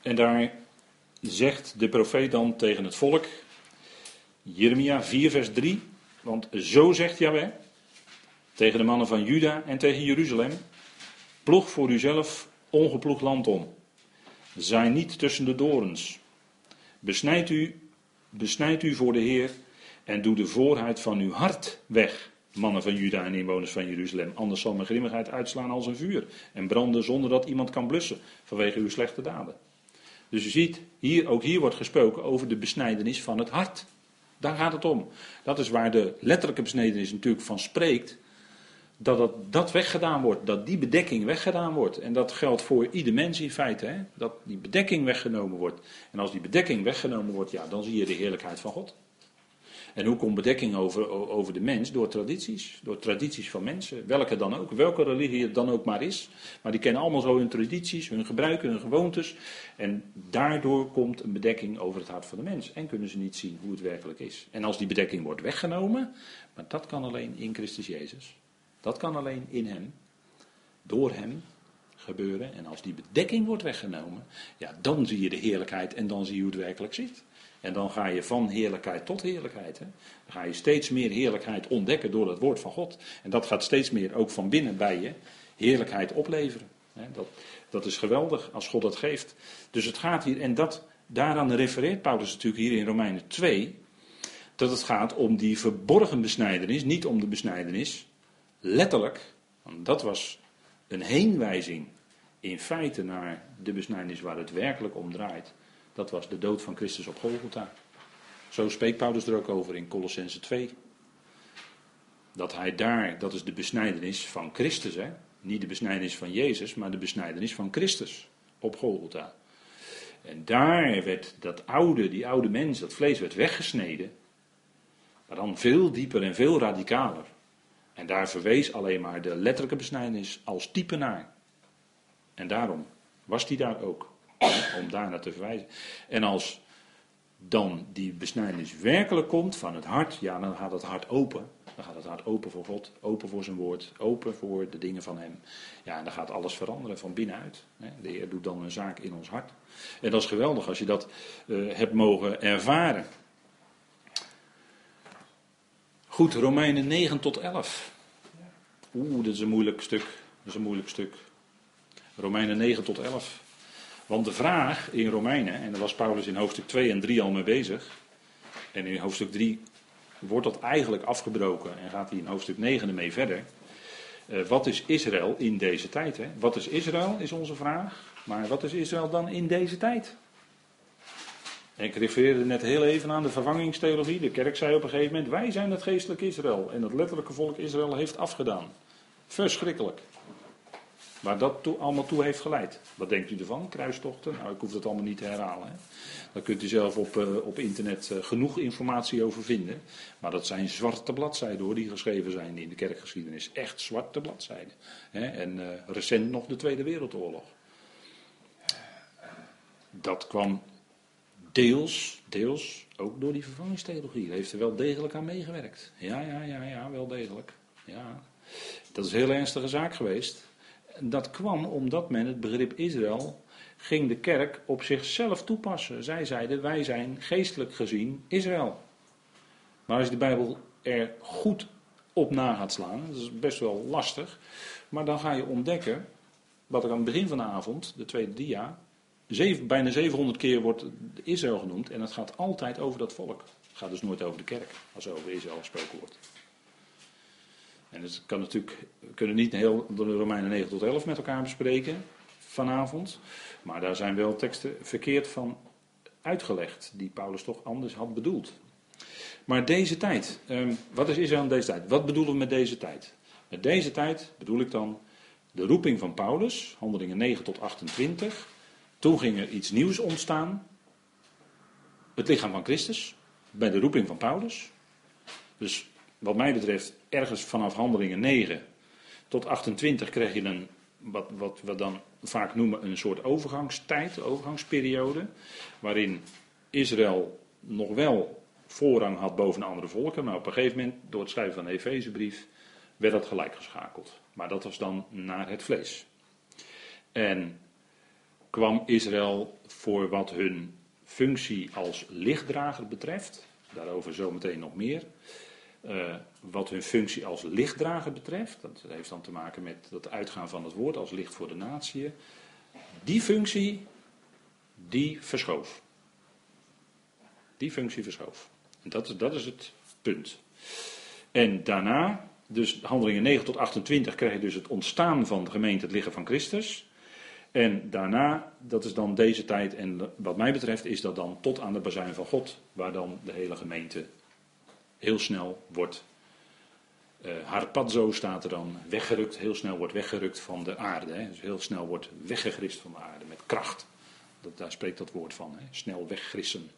En daar zegt de profeet dan tegen het volk, Jeremia vier vers drie, want zo zegt Jahweh tegen de mannen van Juda en tegen Jeruzalem, ploeg voor uzelf ongeploegd land om. Zaai niet tussen de dorens. Besnijd u, besnijd u voor de Heer en doe de voorheid van uw hart weg, mannen van Juda en inwoners van Jeruzalem. Anders zal mijn grimmigheid uitslaan als een vuur en branden zonder dat iemand kan blussen vanwege uw slechte daden. Dus u ziet, hier, ook hier wordt gesproken over de besnijdenis van het hart. Daar gaat het om. Dat is waar de letterlijke besnijdenis natuurlijk van spreekt. Dat dat, dat weggedaan wordt, dat die bedekking weggedaan wordt. En dat geldt voor ieder mens in feite, hè? Dat die bedekking weggenomen wordt. En als die bedekking weggenomen wordt, ja, dan zie je de heerlijkheid van God. En hoe komt bedekking over, over de mens? Door tradities, door tradities van mensen, welke dan ook, welke religie het dan ook maar is. Maar die kennen allemaal zo hun tradities, hun gebruiken, hun gewoontes. En daardoor komt een bedekking over het hart van de mens. En kunnen ze niet zien hoe het werkelijk is. En als die bedekking wordt weggenomen, maar dat kan alleen in Christus Jezus. Dat kan alleen in hem, door hem gebeuren. En als die bedekking wordt weggenomen, ja, dan zie je de heerlijkheid en dan zie je hoe het werkelijk zit. En dan ga je van heerlijkheid tot heerlijkheid. Hè. Dan ga je steeds meer heerlijkheid ontdekken door het woord van God. En dat gaat steeds meer ook van binnen bij je heerlijkheid opleveren. Hè. Dat, dat is geweldig als God dat geeft. Dus het gaat hier, en dat, daaraan refereert Paulus natuurlijk hier in Romeinen twee, dat het gaat om die verborgen besnijdenis, niet om de besnijdenis letterlijk, want dat was een heenwijzing in feite naar de besnijdenis waar het werkelijk om draait. Dat was de dood van Christus op Golgotha. Zo spreekt Paulus er ook over in Colossenzen twee. Dat hij daar, dat is de besnijdenis van Christus, hè? Niet de besnijdenis van Jezus, maar de besnijdenis van Christus op Golgotha. En daar werd dat oude, die oude mens, dat vlees werd weggesneden, maar dan veel dieper en veel radicaler. En daar verwees alleen maar de letterlijke besnijdenis als type naar. En daarom was die daar ook. Om daar naar te verwijzen. En als dan die besnijdenis werkelijk komt van het hart, ja, dan gaat het hart open. Dan gaat het hart open voor God, open voor zijn woord, open voor de dingen van hem. Ja, en dan gaat alles veranderen van binnenuit. De Heer doet dan een zaak in ons hart. En dat is geweldig als je dat uh, hebt mogen ervaren. Goed, Romeinen negen tot elf. Oeh, dat is een moeilijk stuk. Dat is een moeilijk stuk. Romeinen negen tot elf. Want de vraag in Romeinen, en daar was Paulus in hoofdstuk twee en drie al mee bezig. En in hoofdstuk drie wordt dat eigenlijk afgebroken en gaat hij in hoofdstuk negen ermee verder. Uh, wat is Israël in deze tijd? Hè? Wat is Israël, is onze vraag. Maar wat is Israël dan in deze tijd? En ik refereerde net heel even aan de vervangingstheologie. De kerk zei op een gegeven moment, wij zijn het geestelijk Israël. En het letterlijke volk Israël heeft afgedaan. Verschrikkelijk. Waar dat toe, allemaal toe heeft geleid. Wat denkt u ervan? Kruistochten? Nou, ik hoef dat allemaal niet te herhalen. Hè. Daar kunt u zelf op, uh, op internet uh, genoeg informatie over vinden. Maar dat zijn zwarte bladzijden hoor, die geschreven zijn in de kerkgeschiedenis. Echt zwarte bladzijden. Hè. En uh, recent nog de Tweede Wereldoorlog. Dat kwam deels, deels ook door die vervangingstheologie. Daar heeft er wel degelijk aan meegewerkt. Ja, ja, ja, ja, wel degelijk. Ja. Dat is een heel ernstige zaak geweest. Dat kwam omdat men het begrip Israël ging de kerk op zichzelf toepassen. Zij zeiden, wij zijn geestelijk gezien Israël. Maar als je de Bijbel er goed op na gaat slaan, dat is best wel lastig, maar dan ga je ontdekken, wat er aan het begin van de avond, de tweede dia, zeven, bijna zevenhonderd keer wordt Israël genoemd en het gaat altijd over dat volk. Het gaat dus nooit over de kerk, als er over Israël gesproken wordt. En het kan natuurlijk, we kunnen niet heel de Romeinen negen tot elf met elkaar bespreken vanavond. Maar daar zijn wel teksten verkeerd van uitgelegd, die Paulus toch anders had bedoeld. Maar deze tijd, eh, wat is Israël in deze tijd? Wat bedoelen we met deze tijd? Met deze tijd bedoel ik dan de roeping van Paulus, Handelingen negen tot achtentwintig. Toen ging er iets nieuws ontstaan. Het lichaam van Christus, bij de roeping van Paulus. Dus wat mij betreft, ergens vanaf Handelingen negen tot achtentwintig krijg je een, wat, wat we dan vaak noemen een soort overgangstijd, overgangsperiode, waarin Israël nog wel voorrang had boven andere volken, maar op een gegeven moment, door het schrijven van de Efezebrief, werd dat gelijk geschakeld. Maar dat was dan naar het vlees. En kwam Israël voor wat hun functie als lichtdrager betreft, daarover zometeen nog meer, uh, wat hun functie als lichtdrager betreft, dat heeft dan te maken met het uitgaan van het woord als licht voor de natieën, die functie, die verschoof. Die functie verschoof. En dat is, dat is het punt. En daarna, dus Handelingen negen tot achtentwintig, krijg je dus het ontstaan van de gemeente, het lichaam van Christus. En daarna, dat is dan deze tijd, en wat mij betreft is dat dan tot aan de bazuin van God, waar dan de hele gemeente heel snel wordt, uh, harpazo staat er dan, weggerukt, heel snel wordt weggerukt van de aarde. Hè. Dus heel snel wordt weggegrist van de aarde, met kracht. Dat, daar spreekt dat woord van, hè. Snel weggrissen.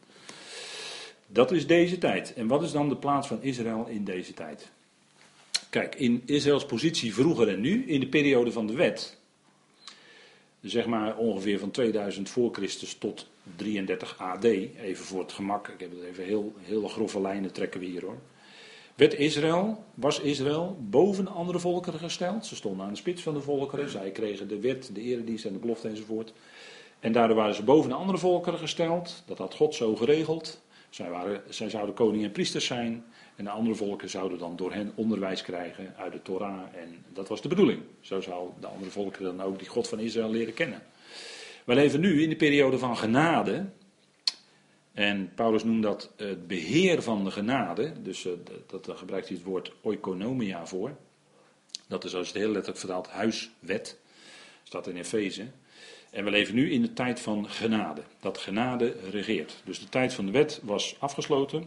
Dat is deze tijd. En wat is dan de plaats van Israël in deze tijd? Kijk, in Israëls positie vroeger en nu, in de periode van de wet, zeg maar ongeveer van tweeduizend voor Christus tot drieëndertig A D, even voor het gemak, ik heb het even heel, heel grove lijnen trekken we hier hoor. Werd Israël, was Israël boven andere volkeren gesteld? Ze stonden aan de spits van de volkeren, zij kregen de wet, de eredienst en de belofte enzovoort. En daardoor waren ze boven de andere volkeren gesteld, dat had God zo geregeld. Zij, waren, zij zouden koning en priesters zijn en de andere volken zouden dan door hen onderwijs krijgen uit de Torah en dat was de bedoeling. Zo zouden de andere volken dan ook die God van Israël leren kennen. We leven nu in de periode van genade en Paulus noemt dat het beheer van de genade, dus uh, dat, daar gebruikt hij het woord oikonomia voor. Dat is als je het heel letterlijk vertaalt huiswet, staat in Efeze. En we leven nu in de tijd van genade. Dat genade regeert. Dus de tijd van de wet was afgesloten.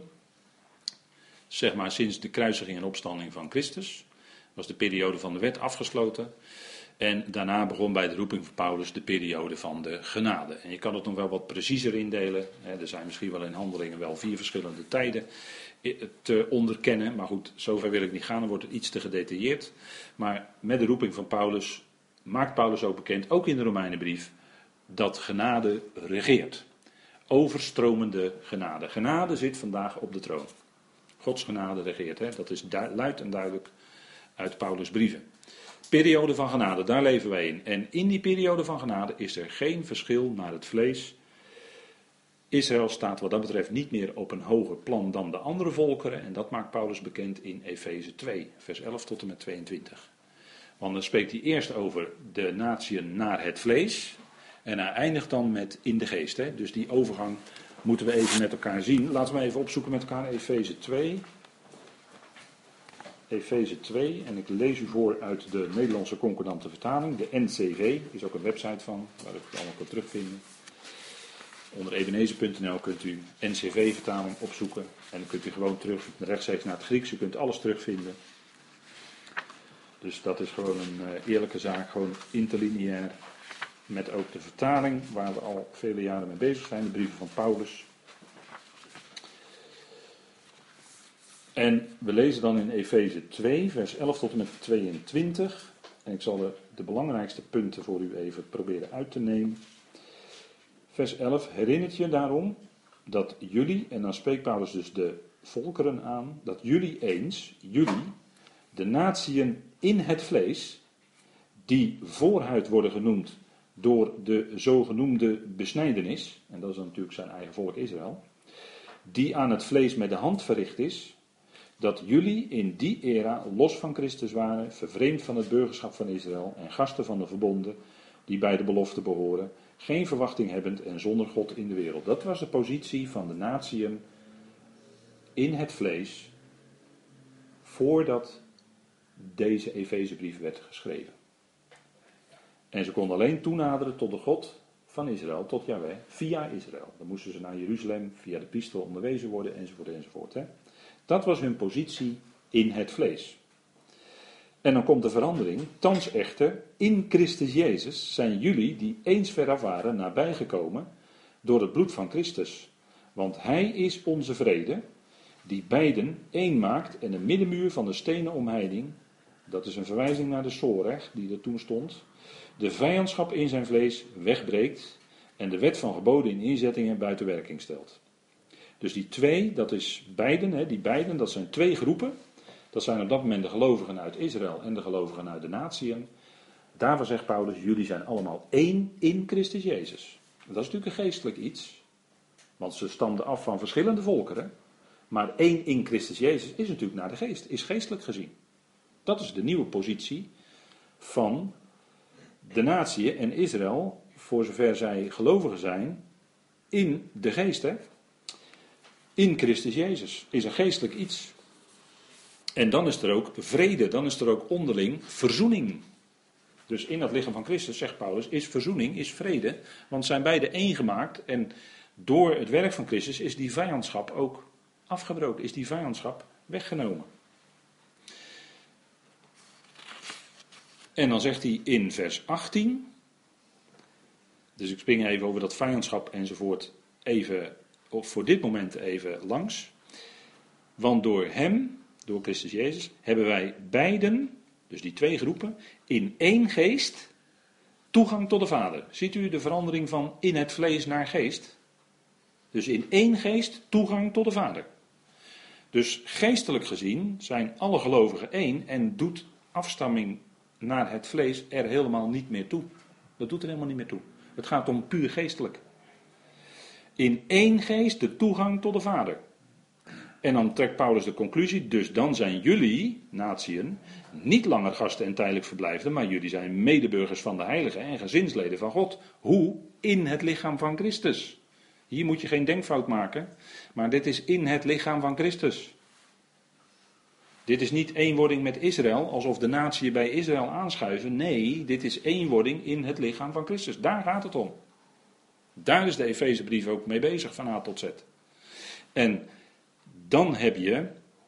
Zeg maar sinds de kruisiging en opstanding van Christus. Was de periode van de wet afgesloten. En daarna begon bij de roeping van Paulus de periode van de genade. En je kan het nog wel wat preciezer indelen. Er zijn misschien wel in Handelingen wel vier verschillende tijden te onderkennen. Maar goed, zover wil ik niet gaan. Dan wordt het iets te gedetailleerd. Maar met de roeping van Paulus maakt Paulus ook bekend, ook in de Romeinenbrief, dat genade regeert. Overstromende genade. Genade zit vandaag op de troon. Gods genade regeert. Hè? Dat is du- luid en duidelijk uit Paulus' brieven. Periode van genade, daar leven wij in. En in die periode van genade is er geen verschil naar het vlees. Israël staat wat dat betreft niet meer op een hoger plan dan de andere volkeren. En dat maakt Paulus bekend in Efeze twee, vers elf tot en met tweeëntwintig. Want dan spreekt hij eerst over de natieën naar het vlees. En hij eindigt dan met in de geest. Hè? Dus die overgang moeten we even met elkaar zien. Laten we even opzoeken met elkaar Efeze twee. Efeze twee. En ik lees u voor uit de Nederlandse concordante vertaling. De N C V. is ook een website van. Waar u het allemaal kunt terugvinden. Onder ebenezer punt n l kunt u N C V-vertaling opzoeken. En dan kunt u gewoon terug rechtstreeks naar het Grieks. U kunt alles terugvinden. Dus dat is gewoon een uh, eerlijke zaak, gewoon interlineair. Met ook de vertaling waar we al vele jaren mee bezig zijn, de brieven van Paulus. En we lezen dan in Efeze twee, vers elf tot en met tweeëntwintig. En ik zal de, de belangrijkste punten voor u even proberen uit te nemen. Vers elf, herinnert je daarom dat jullie, en dan spreekt Paulus dus de volkeren aan, dat jullie eens, jullie, de natieën in het vlees, die voorhuid worden genoemd door de zogenoemde besnijdenis, en dat is dan natuurlijk zijn eigen volk Israël, die aan het vlees met de hand verricht is, dat jullie in die era los van Christus waren, vervreemd van het burgerschap van Israël en gasten van de verbonden, die bij de belofte behoren, geen verwachting hebbend en zonder God in de wereld. Dat was de positie van de natieën in het vlees, voordat deze Efezebrief werd geschreven. En ze konden alleen toenaderen tot de God van Israël, tot Yahweh, via Israël. Dan moesten ze naar Jeruzalem, via de priester onderwezen worden, enzovoort, enzovoort. Hè. Dat was hun positie in het vlees. En dan komt de verandering. Thans echter, in Christus Jezus zijn jullie, die eens veraf waren, nabijgekomen door het bloed van Christus. Want Hij is onze vrede, die beiden één maakt en een middenmuur van de stenen omheining, dat is een verwijzing naar de Soreg die er toen stond, de vijandschap in zijn vlees wegbreekt en de wet van geboden in inzettingen buiten werking stelt. Dus die twee, dat is beiden, hè, die beiden, dat zijn twee groepen. Dat zijn op dat moment de gelovigen uit Israël en de gelovigen uit de natieën. daarvan zegt Paulus, jullie zijn allemaal één in Christus Jezus. Dat is natuurlijk een geestelijk iets. Want ze stamden af van verschillende volkeren. Maar één in Christus Jezus is natuurlijk naar de geest, is geestelijk gezien. Dat is de nieuwe positie van de natie en Israël, voor zover zij gelovigen zijn, in de geest. Hè? In Christus Jezus is een geestelijk iets. En dan is er ook vrede, dan is er ook onderling verzoening. Dus in dat lichaam van Christus, zegt Paulus, is verzoening, is vrede. Want zijn beide één gemaakt en door het werk van Christus is die vijandschap ook afgebroken, is die vijandschap weggenomen. En dan zegt hij in vers achttien, dus ik spring even over dat vijandschap enzovoort even, of voor dit moment even langs. Want door hem, door Christus Jezus, hebben wij beiden, dus die twee groepen, in één geest toegang tot de Vader. Ziet u de verandering van in het vlees naar geest? Dus in één geest toegang tot de Vader. Dus geestelijk gezien zijn alle gelovigen één en doet afstamming naar het vlees er helemaal niet meer toe. Dat doet er helemaal niet meer toe. Het gaat om puur geestelijk. In één geest de toegang tot de Vader. En dan trekt Paulus de conclusie, dus dan zijn jullie, natieën, niet langer gasten en tijdelijk verblijfden, maar jullie zijn medeburgers van de heiligen en gezinsleden van God. Hoe? In het lichaam van Christus. Hier moet je geen denkfout maken, maar dit is in het lichaam van Christus. Dit is niet eenwording met Israël, alsof de natie bij Israël aanschuiven. Nee, dit is eenwording in het lichaam van Christus. Daar gaat het om. Daar is de Efezebrief ook mee bezig, van A tot Z. En dan heb je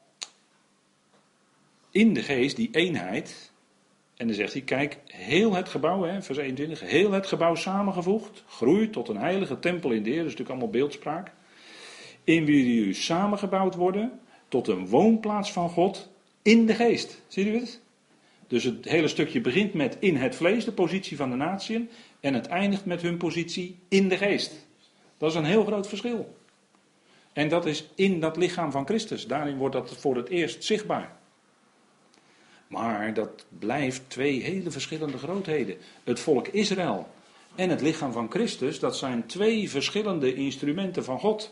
in de geest die eenheid. En dan zegt hij, kijk, heel het gebouw, hè, vers eenentwintig, heel het gebouw samengevoegd, groeit tot een heilige tempel in de Heer, dat is natuurlijk allemaal beeldspraak. In wie jullie samengebouwd worden tot een woonplaats van God in de geest. Ziet u het? Dus het hele stukje begint met in het vlees, de positie van de natieën, en het eindigt met hun positie in de geest. Dat is een heel groot verschil. En dat is in dat lichaam van Christus. Daarin wordt dat voor het eerst zichtbaar. Maar dat blijft twee hele verschillende grootheden. Het volk Israël en het lichaam van Christus, dat zijn twee verschillende instrumenten van God.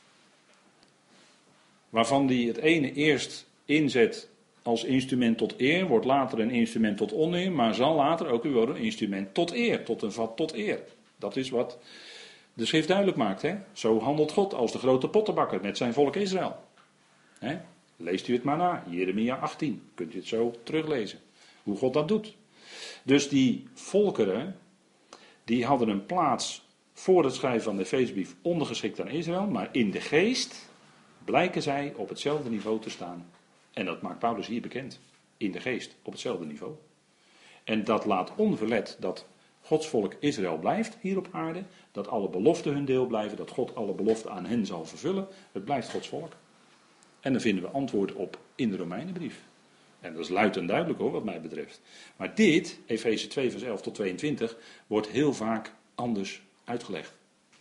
Waarvan die het ene eerst inzet als instrument tot eer, wordt later een instrument tot oneer, maar zal later ook weer worden een instrument tot eer, tot een vat tot eer. Dat is wat de schrift duidelijk maakt. Hè? Zo handelt God als de grote pottenbakker met zijn volk Israël. Hè? Leest u het maar na, Jeremia achttien, kunt u het zo teruglezen, hoe God dat doet. Dus die volkeren, die hadden een plaats voor het schrijven van de Efezebrief ondergeschikt aan Israël, maar in de geest blijken zij op hetzelfde niveau te staan. En dat maakt Paulus hier bekend, in de geest, op hetzelfde niveau. En dat laat onverlet dat Gods volk Israël blijft hier op aarde, dat alle beloften hun deel blijven, dat God alle beloften aan hen zal vervullen. Het blijft Gods volk. En daar vinden we antwoord op in de Romeinenbrief. En dat is luid en duidelijk hoor, wat mij betreft. Maar dit, Efeze twee vers elf tot tweeëntwintig, wordt heel vaak anders uitgelegd.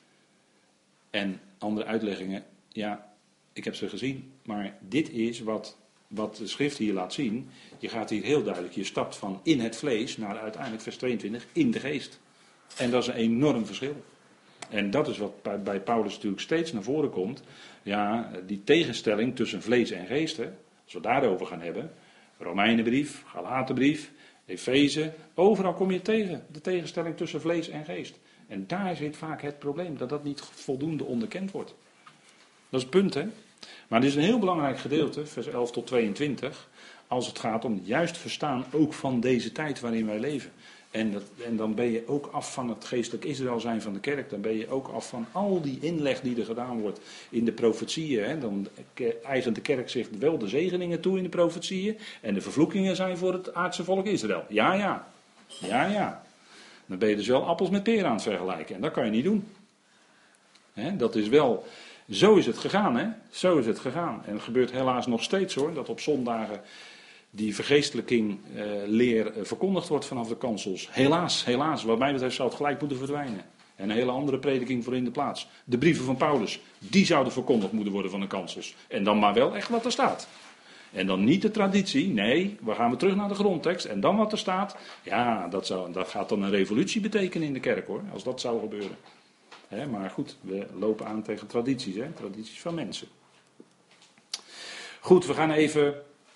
En andere uitleggingen, ja, ik heb ze gezien, maar dit is wat, wat de schrift hier laat zien. Je gaat hier heel duidelijk, je stapt van in het vlees naar uiteindelijk vers tweeëntwintig in de geest. En dat is een enorm verschil. En dat is wat bij, bij Paulus natuurlijk steeds naar voren komt. Ja, die tegenstelling tussen vlees en geest. Hè, als we daarover gaan hebben. Romeinenbrief, Galatenbrief, Efeze. Overal kom je tegen. De tegenstelling tussen vlees en geest. En daar zit vaak het probleem. Dat dat niet voldoende onderkend wordt. Dat is het punt, hè. Maar dit is een heel belangrijk gedeelte, vers elf tot tweeëntwintig. Als het gaat om het juist verstaan ook van deze tijd waarin wij leven. En, dat, en dan ben je ook af van het geestelijk Israël zijn van de kerk. Dan ben je ook af van al die inleg die er gedaan wordt in de profetieën. Hè. Dan eigent de kerk zich wel de zegeningen toe in de profetieën. En de vervloekingen zijn voor het aardse volk Israël. Ja, ja. Ja, ja. Dan ben je dus wel appels met peren aan het vergelijken. En dat kan je niet doen. Hè, dat is wel... Zo is het gegaan, hè. Zo is het gegaan. En het gebeurt helaas nog steeds hoor. Dat op zondagen die vergeestelijking uh, leer uh, verkondigd wordt vanaf de kansels. Helaas, helaas. Wat mij betreft zou het gelijk moeten verdwijnen. En een hele andere prediking voor in de plaats. De brieven van Paulus, die zouden verkondigd moeten worden van de kansels. En dan maar wel echt wat er staat. En dan niet de traditie, nee, we gaan we terug naar de grondtekst. En dan wat er staat, ja, dat, zou, dat gaat dan een revolutie betekenen in de kerk hoor, als dat zou gebeuren. He, maar goed, we lopen aan tegen tradities, hè, tradities van mensen. Goed, we gaan even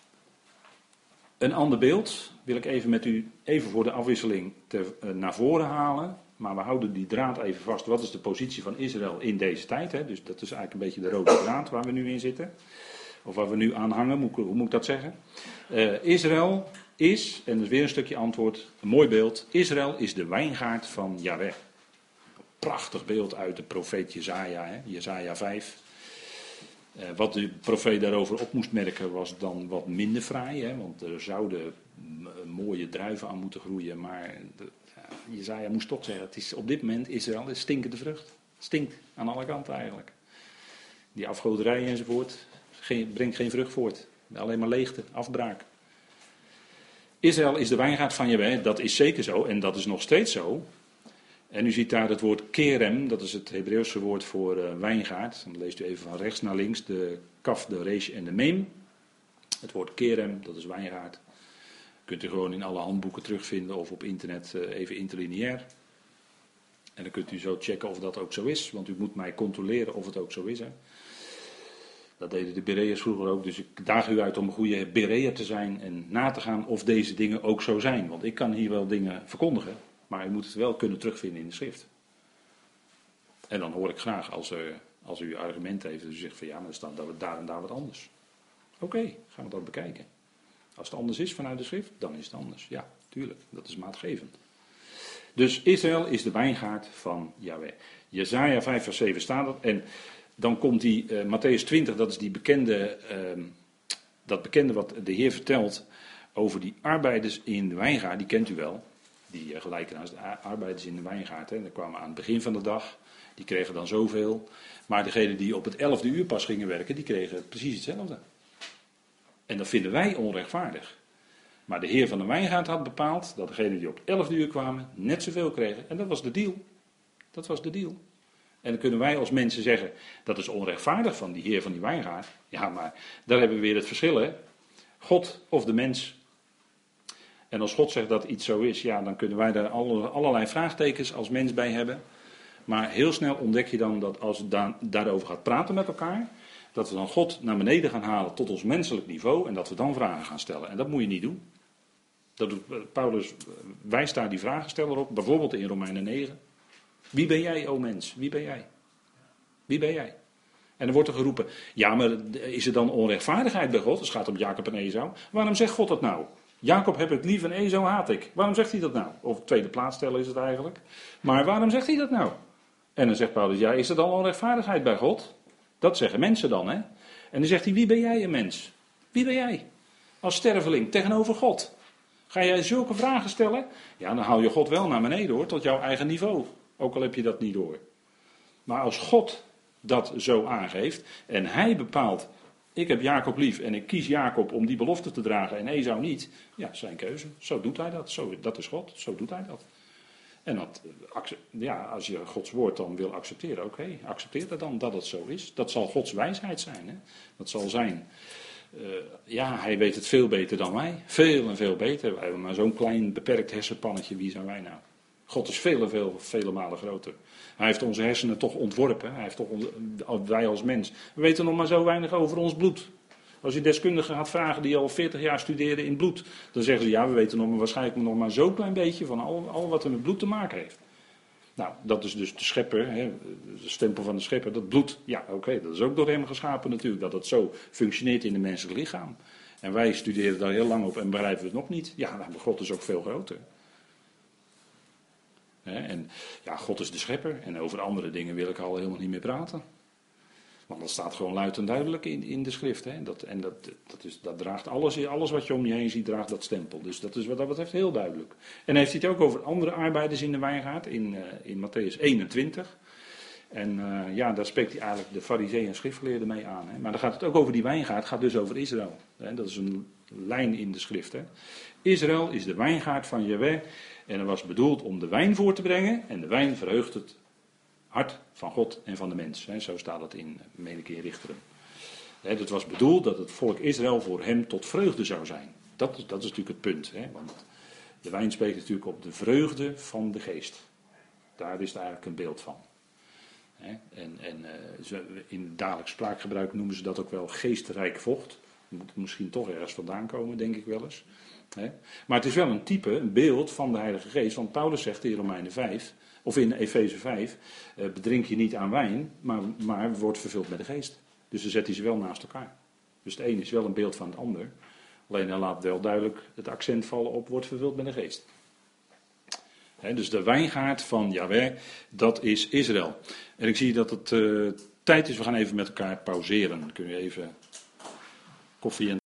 een ander beeld, wil ik even met u, even voor de afwisseling te, uh, naar voren halen. Maar we houden die draad even vast. Wat is de positie van Israël in deze tijd? Hè? Dus dat is eigenlijk een beetje de rode draad waar we nu in zitten. Of waar we nu aan hangen, hoe, hoe moet ik dat zeggen? Uh, Israël is, en dat is weer een stukje antwoord, een mooi beeld. Israël is de wijngaard van Jahweh. Een prachtig beeld uit de profeet Jesaja, hè? Jesaja vijf. Uh, wat de profeet daarover op moest merken was dan wat minder fraai. Hè? Want er zouden m- mooie druiven aan moeten groeien. Maar de, ja, Jesaja moest toch zeggen, het is op dit moment Israël is stinkende vrucht. Stinkt aan alle kanten eigenlijk. Die afgoderij enzovoort geen, brengt geen vrucht voort. Alleen maar leegte, afbraak. Israël is de wijngaard van Jahweh, dat is zeker zo en dat is nog steeds zo. En u ziet daar het woord kerem, dat is het Hebreeuwse woord voor uh, wijngaard. Dan leest u even van rechts naar links de kaf, de resh en de mem. Het woord kerem, dat is wijngaard. Kunt u gewoon in alle handboeken terugvinden of op internet uh, even interlineair. En dan kunt u zo checken of dat ook zo is, want u moet mij controleren of het ook zo is. Hè. Dat deden de Bereërs vroeger ook, dus ik daag u uit om een goede Bereër te zijn en na te gaan of deze dingen ook zo zijn. Want ik kan hier wel dingen verkondigen, maar u moet het wel kunnen terugvinden in de schrift. En dan hoor ik graag als, er, als u argumenten heeft, dus u zegt van ja, maar er staat daar en daar wat anders. Oké, okay, gaan we dat bekijken. Als het anders is vanuit de schrift, dan is het anders. Ja, tuurlijk, dat is maatgevend. Dus Israël is de wijngaard van Jahweh. Jesaja vijf vers zeven staat dat. En dan komt die uh, Matthäus twintig, dat is die bekende, uh, dat bekende wat de Heer vertelt over die arbeiders in de wijngaard. Die kent u wel. Die uh, gelijken aan de arbeiders in de wijngaard. Hè. Die kwamen aan het begin van de dag. Die kregen dan zoveel. Maar degenen die op het elfde uur pas gingen werken, die kregen precies hetzelfde. En dat vinden wij onrechtvaardig. Maar de Heer van de wijngaard had bepaald dat degenen die op het elfde uur kwamen net zoveel kregen. En dat was de deal. Dat was de deal. En dan kunnen wij als mensen zeggen, dat is onrechtvaardig van die Heer van die wijngaard. Ja, maar daar hebben we weer het verschil, hè. God of de mens. En als God zegt dat iets zo is, ja, dan kunnen wij daar allerlei vraagtekens als mens bij hebben. Maar heel snel ontdek je dan dat als het da- daarover gaat praten met elkaar, dat we dan God naar beneden gaan halen tot ons menselijk niveau en dat we dan vragen gaan stellen. En dat moet je niet doen. Dat doet, Paulus wijst daar die vragensteller op, bijvoorbeeld in Romeinen negen. Wie ben jij, o mens? Wie ben jij? Wie ben jij? En dan wordt er geroepen, ja, maar is er dan onrechtvaardigheid bij God? Het gaat om Jacob en Esau. Waarom zegt God dat nou? Jacob heb ik lief en Esau haat ik. Waarom zegt hij dat nou? Of op tweede plaats stellen is het eigenlijk. Maar waarom zegt hij dat nou? En dan zegt Paulus, ja, is er dan onrechtvaardigheid bij God? Dat zeggen mensen dan, hè? En dan zegt hij, wie ben jij een mens? Wie ben jij? Als sterveling tegenover God. Ga jij zulke vragen stellen? Ja, dan haal je God wel naar beneden hoor, tot jouw eigen niveau. Ook al heb je dat niet door. Maar als God dat zo aangeeft en hij bepaalt, ik heb Jacob lief en ik kies Jacob om die belofte te dragen en Esau niet. Ja, zijn keuze. Zo doet hij dat. Zo, dat is God. Zo doet hij dat. En dat, ja, als je Gods woord dan wil accepteren, oké, okay, accepteer dat dan dat het zo is. Dat zal Gods wijsheid zijn. Hè? Dat zal zijn, uh, ja, hij weet het veel beter dan wij. Veel en veel beter. Wij hebben maar zo'n klein beperkt hersenpannetje, wie zijn wij nou? God is veel en veel, vele malen groter. Hij heeft onze hersenen toch ontworpen. Hij heeft toch, wij als mens, we weten nog maar zo weinig over ons bloed. Als je deskundigen gaat vragen die al veertig jaar studeren in bloed, dan zeggen ze ja, we weten nog maar waarschijnlijk nog maar zo'n klein beetje van al, al wat er met bloed te maken heeft. Nou, dat is dus de schepper, hè, de stempel van de schepper, dat bloed, ja oké, okay, dat is ook door hem geschapen natuurlijk, dat het zo functioneert in het menselijk lichaam. En wij studeren daar heel lang op en begrijpen we het nog niet. Ja, maar God is ook veel groter. Hè, en ja, God is de schepper en over andere dingen wil ik al helemaal niet meer praten. Want dat staat gewoon luid en duidelijk in, in de schrift. Hè? Dat, en dat, dat, is, dat draagt alles, alles wat je om je heen ziet, draagt dat stempel. Dus dat is wat dat betreft heel duidelijk. En heeft hij het ook over andere arbeiders in de wijngaard, in, uh, in Matthäus eenentwintig. En uh, ja, daar spreekt hij eigenlijk de farizeeën en schriftgeleerden mee aan. Hè? Maar dan gaat het ook over die wijngaard, het gaat dus over Israël. Hè? Dat is een lijn in de schrift. Hè? Israël is de wijngaard van Jahweh en er was bedoeld om de wijn voor te brengen en de wijn verheugt het hart van God en van de mens. Hè, zo staat het in, meen ik in Richteren. He, dat was bedoeld dat het volk Israël voor hem tot vreugde zou zijn. Dat, is, dat is natuurlijk het punt. He, want de wijn spreekt natuurlijk op de vreugde van de geest. Daar is het eigenlijk een beeld van. He, en en uh, in dagelijks spraakgebruik noemen ze dat ook wel geestrijk vocht. Dat moet misschien toch ergens vandaan komen, denk ik wel eens. He. Maar het is wel een type, een beeld van de Heilige Geest. Want Paulus zegt in Romeinen vijf, of in Efeze vijf, uh, bedrink je niet aan wijn, maar, maar wordt vervuld met de geest. Dus dan zet hij ze wel naast elkaar. Dus het een is wel een beeld van het ander. Alleen dan laat wel duidelijk het accent vallen op wordt vervuld met de geest. He, dus de wijngaard van Jahweh, dat is Israël. En ik zie dat het uh, tijd is, we gaan even met elkaar pauzeren. Dan kun je even koffie en